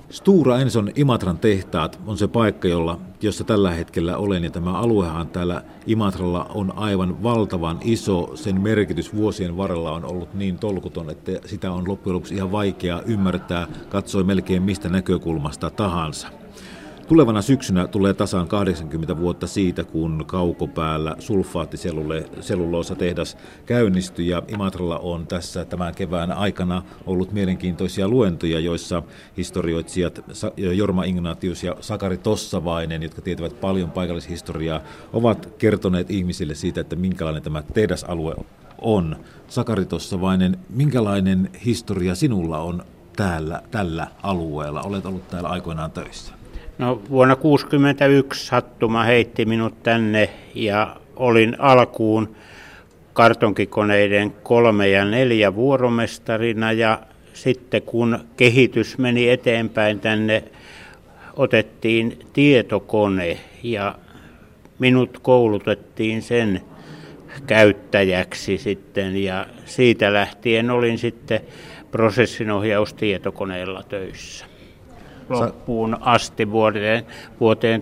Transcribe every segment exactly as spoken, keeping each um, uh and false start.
Stora Enson Imatran tehtaat on se paikka, jolla, jossa tällä hetkellä olen, ja tämä aluehan täällä Imatralla on aivan valtavan iso. Sen merkitys vuosien varrella on ollut niin tolkuton, että sitä on loppujen lopuksi ihan vaikea ymmärtää, katsoi melkein mistä näkökulmasta tahansa. Tulevana syksynä tulee tasan kahdeksankymmentä vuotta siitä, kun Kaukopäällä sulfaattiselluloosatehdas käynnistyi, ja Imatralla on tässä tämän kevään aikana ollut mielenkiintoisia luentoja, joissa historioitsijat Jorma Ignatius ja Sakari Tossavainen, jotka tietävät paljon paikallishistoriaa, ovat kertoneet ihmisille siitä, että minkälainen tämä tehdasalue on. Sakari Tossavainen, minkälainen historia sinulla on täällä, tällä alueella? Olet ollut täällä aikoinaan töissä. No, vuonna tuhatyhdeksänsataakuusikymmentäyksi sattuma heitti minut tänne ja olin alkuun kartonkikoneiden kolme ja neljä vuoromestarina, ja sitten kun kehitys meni eteenpäin, tänne otettiin tietokone ja minut koulutettiin sen käyttäjäksi sitten, ja siitä lähtien olin sitten prosessinohjaustietokoneella töissä loppuun asti vuoteen, vuoteen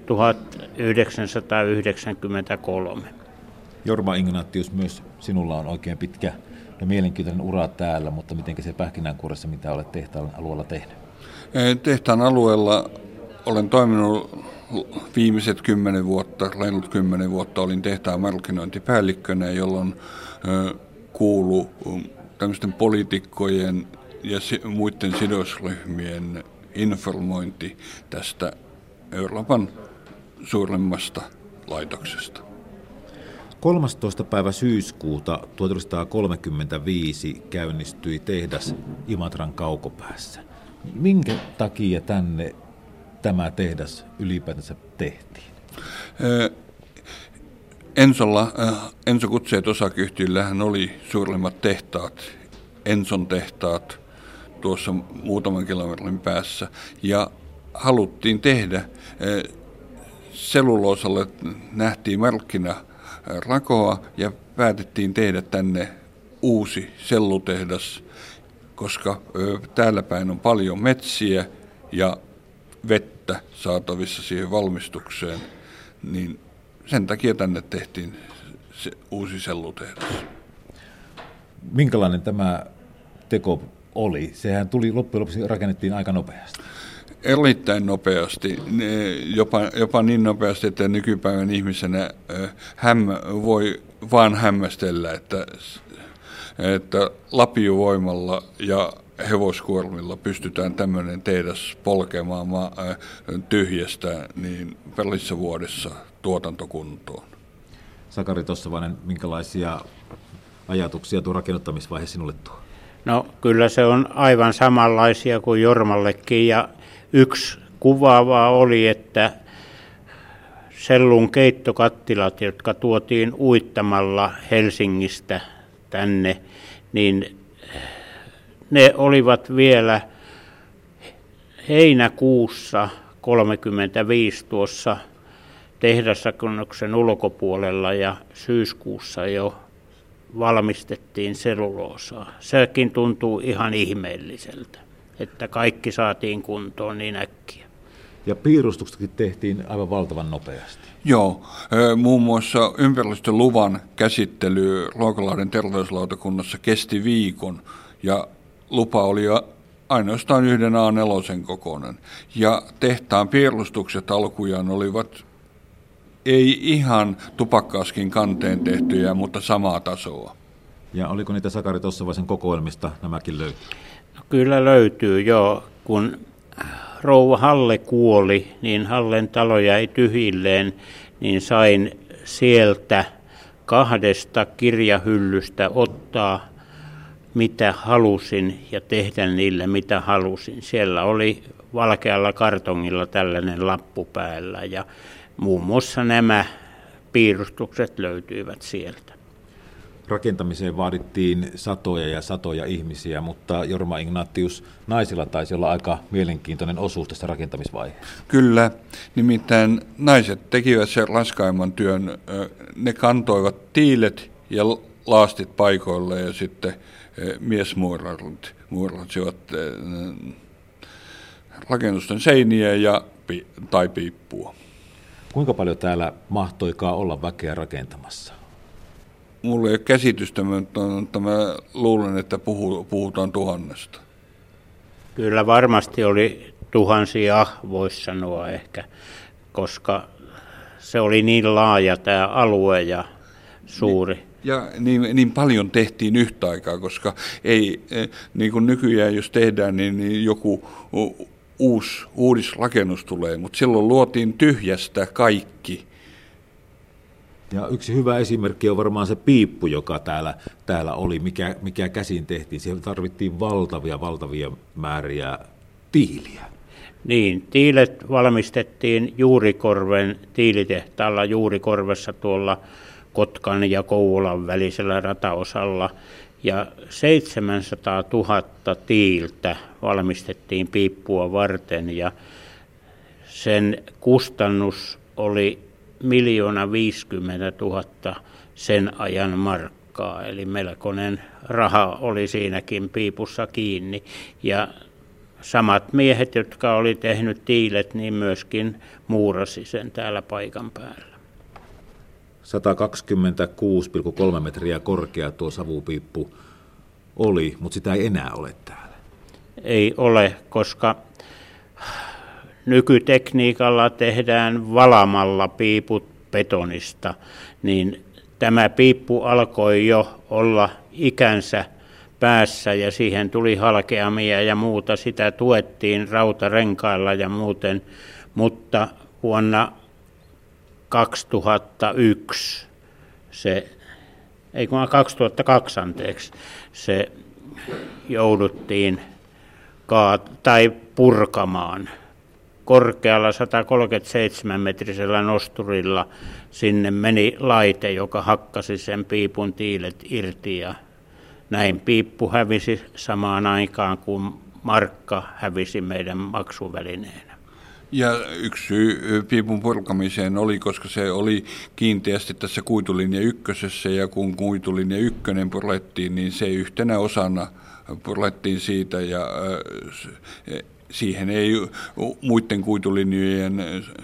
tuhatyhdeksänsataayhdeksänkymmentäkolme. Jorma Ignatius, myös sinulla on oikein pitkä ja mielenkiintoinen ura täällä, mutta miten se pähkinänkuoressa, mitä olet tehtaan alueella tehnyt? Tehtaan alueella olen toiminut viimeiset kymmenen vuotta, reilut kymmenen vuotta olin tehtaan markkinointipäällikkönä, jolloin kuului tämmöisten poliitikkojen ja muiden sidosryhmien informointi tästä Euroopan suurimmasta laitoksesta. kolmastoista päivä syyskuuta tuhatyhdeksänsataakolmekymmentäviisi käynnistyi tehdas Imatran Kaukopäässä. Minkä takia tänne tämä tehdas ylipäätänsä tehtiin? Ensolla, Enso Kutseet osakeyhtiöllähän oli suurimmat tehtaat, Enson tehtaat, tuossa muutaman kilometrin päässä, ja haluttiin tehdä, selluloosalle nähtiin markkinarakoa ja päätettiin tehdä tänne uusi sellutehdas, koska täällä päin on paljon metsiä ja vettä saatavissa siihen valmistukseen, niin sen takia tänne tehtiin se uusi sellutehdas. Minkälainen tämä teko oli? Sehän tuli loppujen lopuksi, rakennettiin aika nopeasti. Erittäin nopeasti, jopa, jopa niin nopeasti, että nykypäivän ihmisenä hämmä, voi vaan hämmästellä, että, että lapiovoimalla ja hevoskuormilla pystytään tämmöinen tehdas polkemaan tyhjästä niin välissä vuodessa tuotantokuntoon. Sakari Tossavainen, minkälaisia ajatuksia tuo rakennuttamisvaihe sinulle tuo? No, kyllä se on aivan samanlaisia kuin Jormallekin, ja yksi kuvaavaa oli, että sellun keittokattilat, jotka tuotiin uittamalla Helsingistä tänne, niin ne olivat vielä heinäkuussa kolmekymmentäviisi tuossa tehdasrakennuksen ulkopuolella, ja syyskuussa jo valmistettiin selluloosaa. Sekin tuntuu ihan ihmeelliseltä, että kaikki saatiin kuntoon niin äkkiä. Ja piirustuksetkin tehtiin aivan valtavan nopeasti. Joo, muun muassa ympäristöluvan käsittely Ruokolahden terveyslautakunnassa kesti viikon, ja lupa oli ainoastaan yhden A neljä kokoinen. Ja tehtaan piirustukset alkujaan olivat ei ihan tupakkaaskin kanteen tehtyjä, mutta samaa tasoa. Ja oliko niitä Sakari Tossavaisen kokoelmista nämäkin löytyy? No, kyllä löytyy, joo. Kun rouva Halle kuoli, niin Hallen talo jäi tyhjilleen, niin sain sieltä kahdesta kirjahyllystä ottaa mitä halusin ja tehdä niille mitä halusin. Siellä oli valkealla kartongilla tällainen lappu päällä, ja muun muassa nämä piirustukset löytyivät sieltä. Rakentamiseen vaadittiin satoja ja satoja ihmisiä, mutta Jorma Ignatius, naisilla taisi olla aika mielenkiintoinen osuus tästä rakentamisvaiheessa. Kyllä, nimittäin naiset tekivät sen raskaimman työn. Ne kantoivat tiilet ja laastit paikoille, ja sitten miesmuurarit muurasivat rakennusten seiniä ja, tai piippua. Kuinka paljon täällä mahtoikaan olla väkeä rakentamassa? Mulla ei ole käsitystä, mutta mä luulen, että puhutaan tuhannesta. Kyllä varmasti oli tuhansia, voisi sanoa ehkä, koska se oli niin laaja tämä alue ja suuri. Ja niin, niin paljon tehtiin yhtä aikaa, koska ei, niin kuin nykyään jos tehdään, niin, niin joku uusi uudisrakennus tulee, mutta silloin luotiin tyhjästä kaikki. Ja yksi hyvä esimerkki on varmaan se piippu, joka täällä, täällä oli, mikä, mikä käsin tehtiin. Siellä tarvittiin valtavia, valtavia määriä tiiliä. Niin, tiilet valmistettiin Juurikorven tiilitehtaalla Juurikorvessa tuolla Kotkan ja Kouvolan välisellä rataosalla. Ja seitsemänsataatuhatta tiiltä valmistettiin piippua varten ja sen kustannus oli miljoona viisikymmentätuhatta sen ajan markkaa, eli melkoinen raha oli siinäkin piipussa kiinni. Ja samat miehet, jotka oli tehnyt tiilet, niin myöskin muurasi sen täällä paikan päällä. sata kaksikymmentäkuusi pilkku kolme metriä korkea tuo savupiippu oli, mutta sitä ei enää ole täällä. Ei ole, koska nykytekniikalla tehdään valamalla piiput betonista, niin tämä piippu alkoi jo olla ikänsä päässä ja siihen tuli halkeamia ja muuta. Sitä tuettiin rautarenkailla ja muuten, mutta vuonna kaksituhattayksi, se, ei kun kaksituhattakaksi anteeksi, se jouduttiin kaat, tai purkamaan korkealla sata kolmekymmentäseitsemän metrisellä nosturilla. Sinne meni laite, joka hakkasi sen piipun tiilet irti ja näin piippu hävisi samaan aikaan, kuin markka hävisi meidän maksuvälineenä. Ja yksi syy piipun purkamiseen oli, koska se oli kiinteästi tässä kuitulinja ykkösessä, ja kun kuitulinja ykkönen purettiin, niin se yhtenä osana purettiin siitä, ja siihen ei muiden kuitulinjojen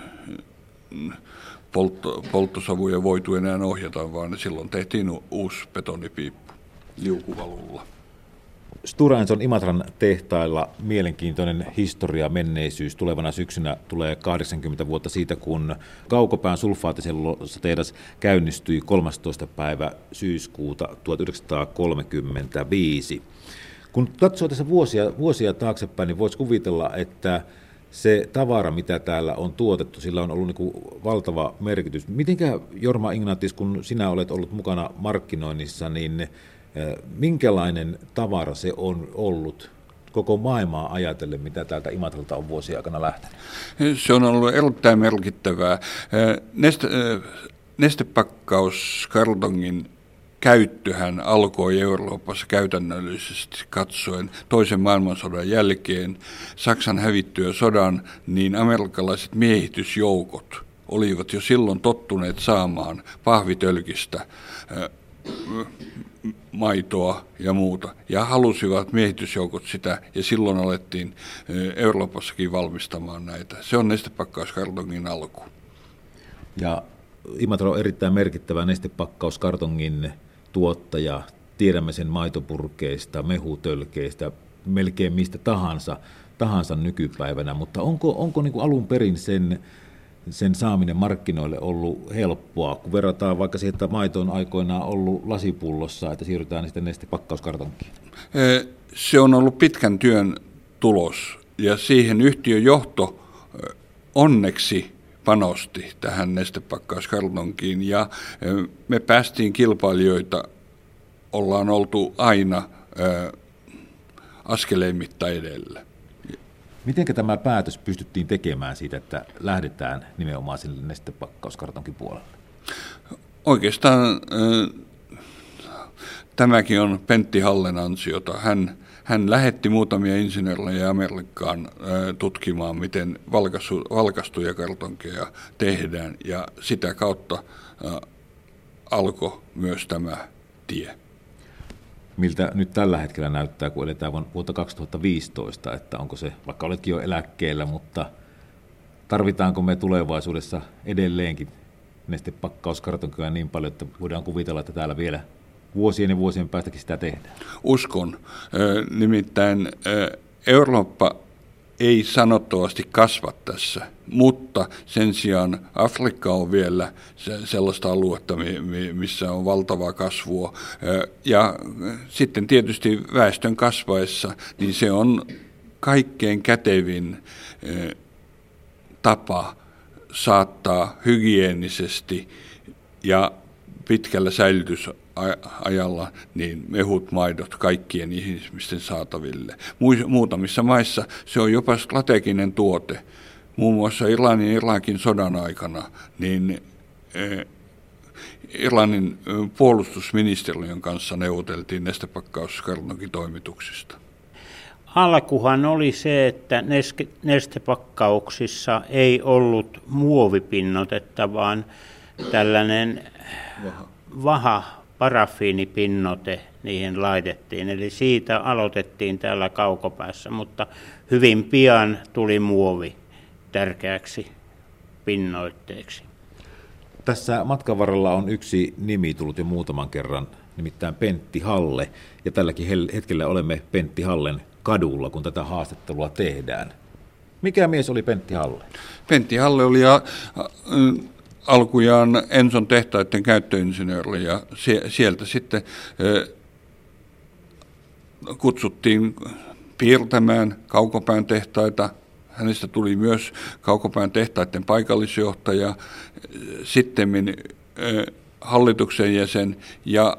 poltto, polttosavuja voitu enää ohjata, vaan silloin tehtiin uusi betonipiippu liukuvalulla. Stora Enson Imatran tehtailla mielenkiintoinen historia, menneisyys. Tulevana syksynä tulee kahdeksankymmentä vuotta siitä, kun Kaukopään sulfaattiselluloosa-tehdas käynnistyi kolmastoista päivä syyskuuta tuhatyhdeksänsataakolmekymmentäviisi. Kun katsoo tässä vuosia, vuosia taaksepäin, niin voisi kuvitella, että se tavara, mitä täällä on tuotettu, sillä on ollut niin kuin valtava merkitys. Mitenkä, Jorma Ignatius, kun sinä olet ollut mukana markkinoinnissa, niin minkälainen tavara se on ollut koko maailmaa ajatellen, mitä täältä Imatralta on vuosien aikana lähtenyt? Se on ollut erittäin merkittävää. Neste, nestepakkauskartongin käyttöhän alkoi Euroopassa käytännöllisesti katsoen toisen maailmansodan jälkeen. Saksan hävittyä sodan, niin amerikkalaiset miehitysjoukot olivat jo silloin tottuneet saamaan pahvitölkistä maitoa ja muuta, ja halusivat miehitysjoukot sitä, ja silloin alettiin Euroopassakin valmistamaan näitä. Se on nestepakkauskartongin alku. Ja Imatra on erittäin merkittävä nestepakkauskartongin tuottaja. Tiedämme sen maitopurkeista, mehutölkeistä, melkein mistä tahansa, tahansa nykypäivänä, mutta onko, onko niin kuin alun perin sen sen saaminen markkinoille ollut helppoa, kun verrataan vaikka siihen, että maito on aikoinaan ollut lasipullossa, että siirrytään sitten nestepakkauskartonkiin? Se on ollut pitkän työn tulos, ja siihen yhtiön johto onneksi panosti tähän nestepakkauskartonkiin, ja me päästiin kilpailijoita, ollaan oltu aina askeleen mitta edellä. Miten tämä päätös pystyttiin tekemään siitä, että lähdetään nimenomaan sille nestepakkauskartonkin puolelle? Oikeastaan äh, tämäkin on Pentti Hallen ansiota. Hän, hän lähetti muutamia insinöörejä Amerikkaan äh, tutkimaan, miten valkastu, valkastuja kartonkeja tehdään, ja sitä kautta äh, alkoi myös tämä tie. miltä nyt tällä hetkellä näyttää, kun eletään vuotta kaksituhattaviisitoista, että onko se, vaikka oletkin jo eläkkeellä, mutta tarvitaanko me tulevaisuudessa edelleenkin nestepakkauskartonkia niin paljon, että voidaan kuvitella, että täällä vielä vuosien ja vuosien päästäkin sitä tehdään? Uskon. Nimittäin Eurooppa ei sanottavasti kasva tässä, mutta sen sijaan Afrikka on vielä sellaista aluetta, missä on valtavaa kasvua. Ja sitten tietysti väestön kasvaessa, niin se on kaikkein kätevin tapa saattaa hygienisesti ja pitkällä säilytysajalla niin mehut, maidot kaikkien ihmisten saataville. Muutamissa maissa se on jopa strateginen tuote. Muun muassa Irlannin ja Irakin sodan aikana niin Irlannin puolustusministeriön kanssa neuvoteltiin nestepakkauskartonkitoimituksista. Alkuhan oli se, että nestepakkauksissa ei ollut muovipinnotetta, vaan tällainen vaha, vaha parafiinipinnote niihin laitettiin. Eli siitä aloitettiin täällä kaukopäässä, mutta hyvin pian tuli muovi tärkeäksi pinnoitteeksi. Tässä matkan varrella on yksi nimi tullut jo muutaman kerran, nimittäin Pentti Halle, ja tälläkin hetkellä olemme Pentti Hallen kadulla, kun tätä haastattelua tehdään. Mikä mies oli Pentti Halle? Pentti Halle oli a, a, alkujaan Enson tehtaiden käyttöinsinööri, ja sieltä sitten a, kutsuttiin piirtämään kaukopään tehtaita. Hänestä tuli myös kaukopään tehtaiden paikallisjohtaja, sittemmin hallituksen jäsen, ja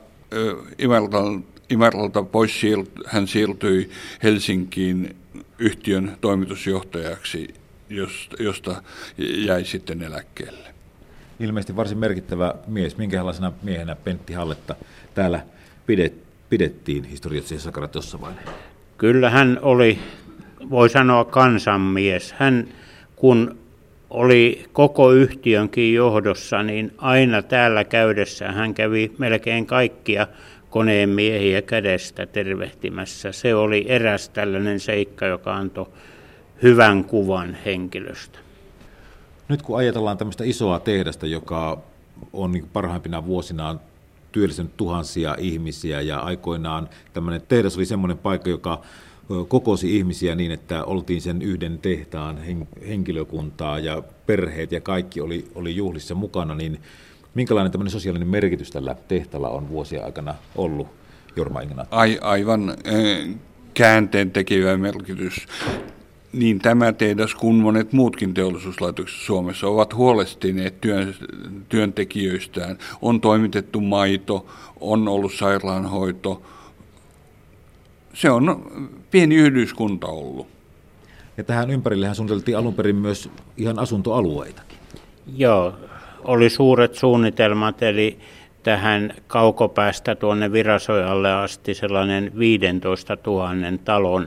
Imaralta pois hän siirtyi Helsinkiin yhtiön toimitusjohtajaksi, josta jäi sitten eläkkeelle. Ilmeisesti varsin merkittävä mies. Minkälaisena miehenä Pentti Halletta täällä pidettiin historiallisia Sakari Tossavainen? Kyllä hän oli, voi sanoa, kansanmies. Hän, kun oli koko yhtiönkin johdossa, niin aina täällä käydessään hän kävi melkein kaikkia koneen miehiä kädestä tervehtimässä. Se oli eräs tällainen seikka, joka antoi hyvän kuvan henkilöstä. Nyt kun ajatellaan tämmöistä isoa tehdasta, joka on niin parhaimpina vuosinaan työllistänyt tuhansia ihmisiä, ja aikoinaan tämmöinen tehdas oli semmoinen paikka, joka kokosi ihmisiä niin, että oltiin sen yhden tehtaan henkilökuntaa ja perheet ja kaikki oli, oli juhlissa mukana, niin minkälainen tämmöinen sosiaalinen merkitys tällä tehtaalla on vuosien aikana ollut, Jorma Ignatius? Ai, aivan äh, käänteen tekevä merkitys. Niin tämä tehdas kuin monet muutkin teollisuuslaitokset Suomessa ovat huolestineet työn, työntekijöistään. On toimitettu maito, on ollut sairaanhoito. Se on pieni yhdyskunta ollut. Ja tähän ympärillehän suunniteltiin alun perin myös ihan asuntoalueitakin. Joo, oli suuret suunnitelmat, eli tähän kaukopäästä tuonne Virasojalle asti sellainen viisitoista tuhatta talon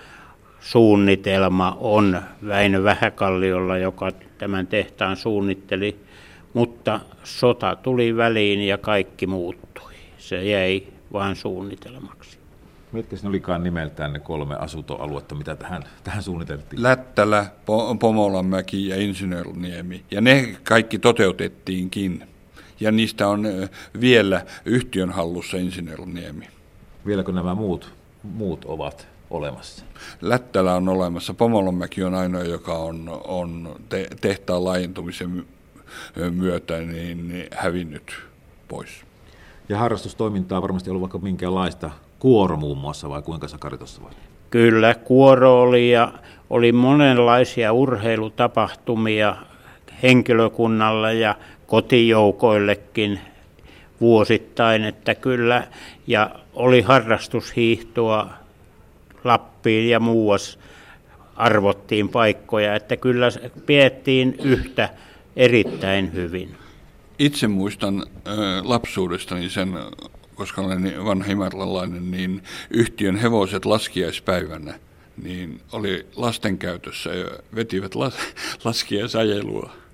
suunnitelma on Väinö Vähäkalliolla, joka tämän tehtaan suunnitteli, mutta sota tuli väliin ja kaikki muuttui. Se jäi vain suunnitelmaksi. Mitkä ne olikaan nimeltään ne kolme asuntoaluetta, mitä tähän, tähän suunniteltiin? Lättälä, Pomolanmäki ja Insinööriniemi. Ja ne kaikki toteutettiinkin. Ja niistä on vielä yhtiön hallussa Insinööriniemi. Vieläkö nämä muut, muut ovat olemassa? Lättälä on olemassa. Pomolanmäki on ainoa, joka on, on te, tehtaan laajentumisen myötä niin hävinnyt pois. Ja harrastustoimintaa varmasti ollut vaikka minkälaista? Kuoro muun muassa, vai kuinka Sakari tuossa vai? Kyllä, kuoro oli ja oli monenlaisia urheilutapahtumia henkilökunnalle ja kotijoukoillekin vuosittain, että kyllä, ja oli harrastushiihtoa Lappiin ja muuas arvottiin paikkoja, että kyllä pidettiin yhtä erittäin hyvin. Itse muistan äh, lapsuudestani sen, koska olen vanha imarlalainen, niin yhtiön hevoset laskiaispäivänä niin oli lasten käytössä ja vetivät las, laskiaisajelua.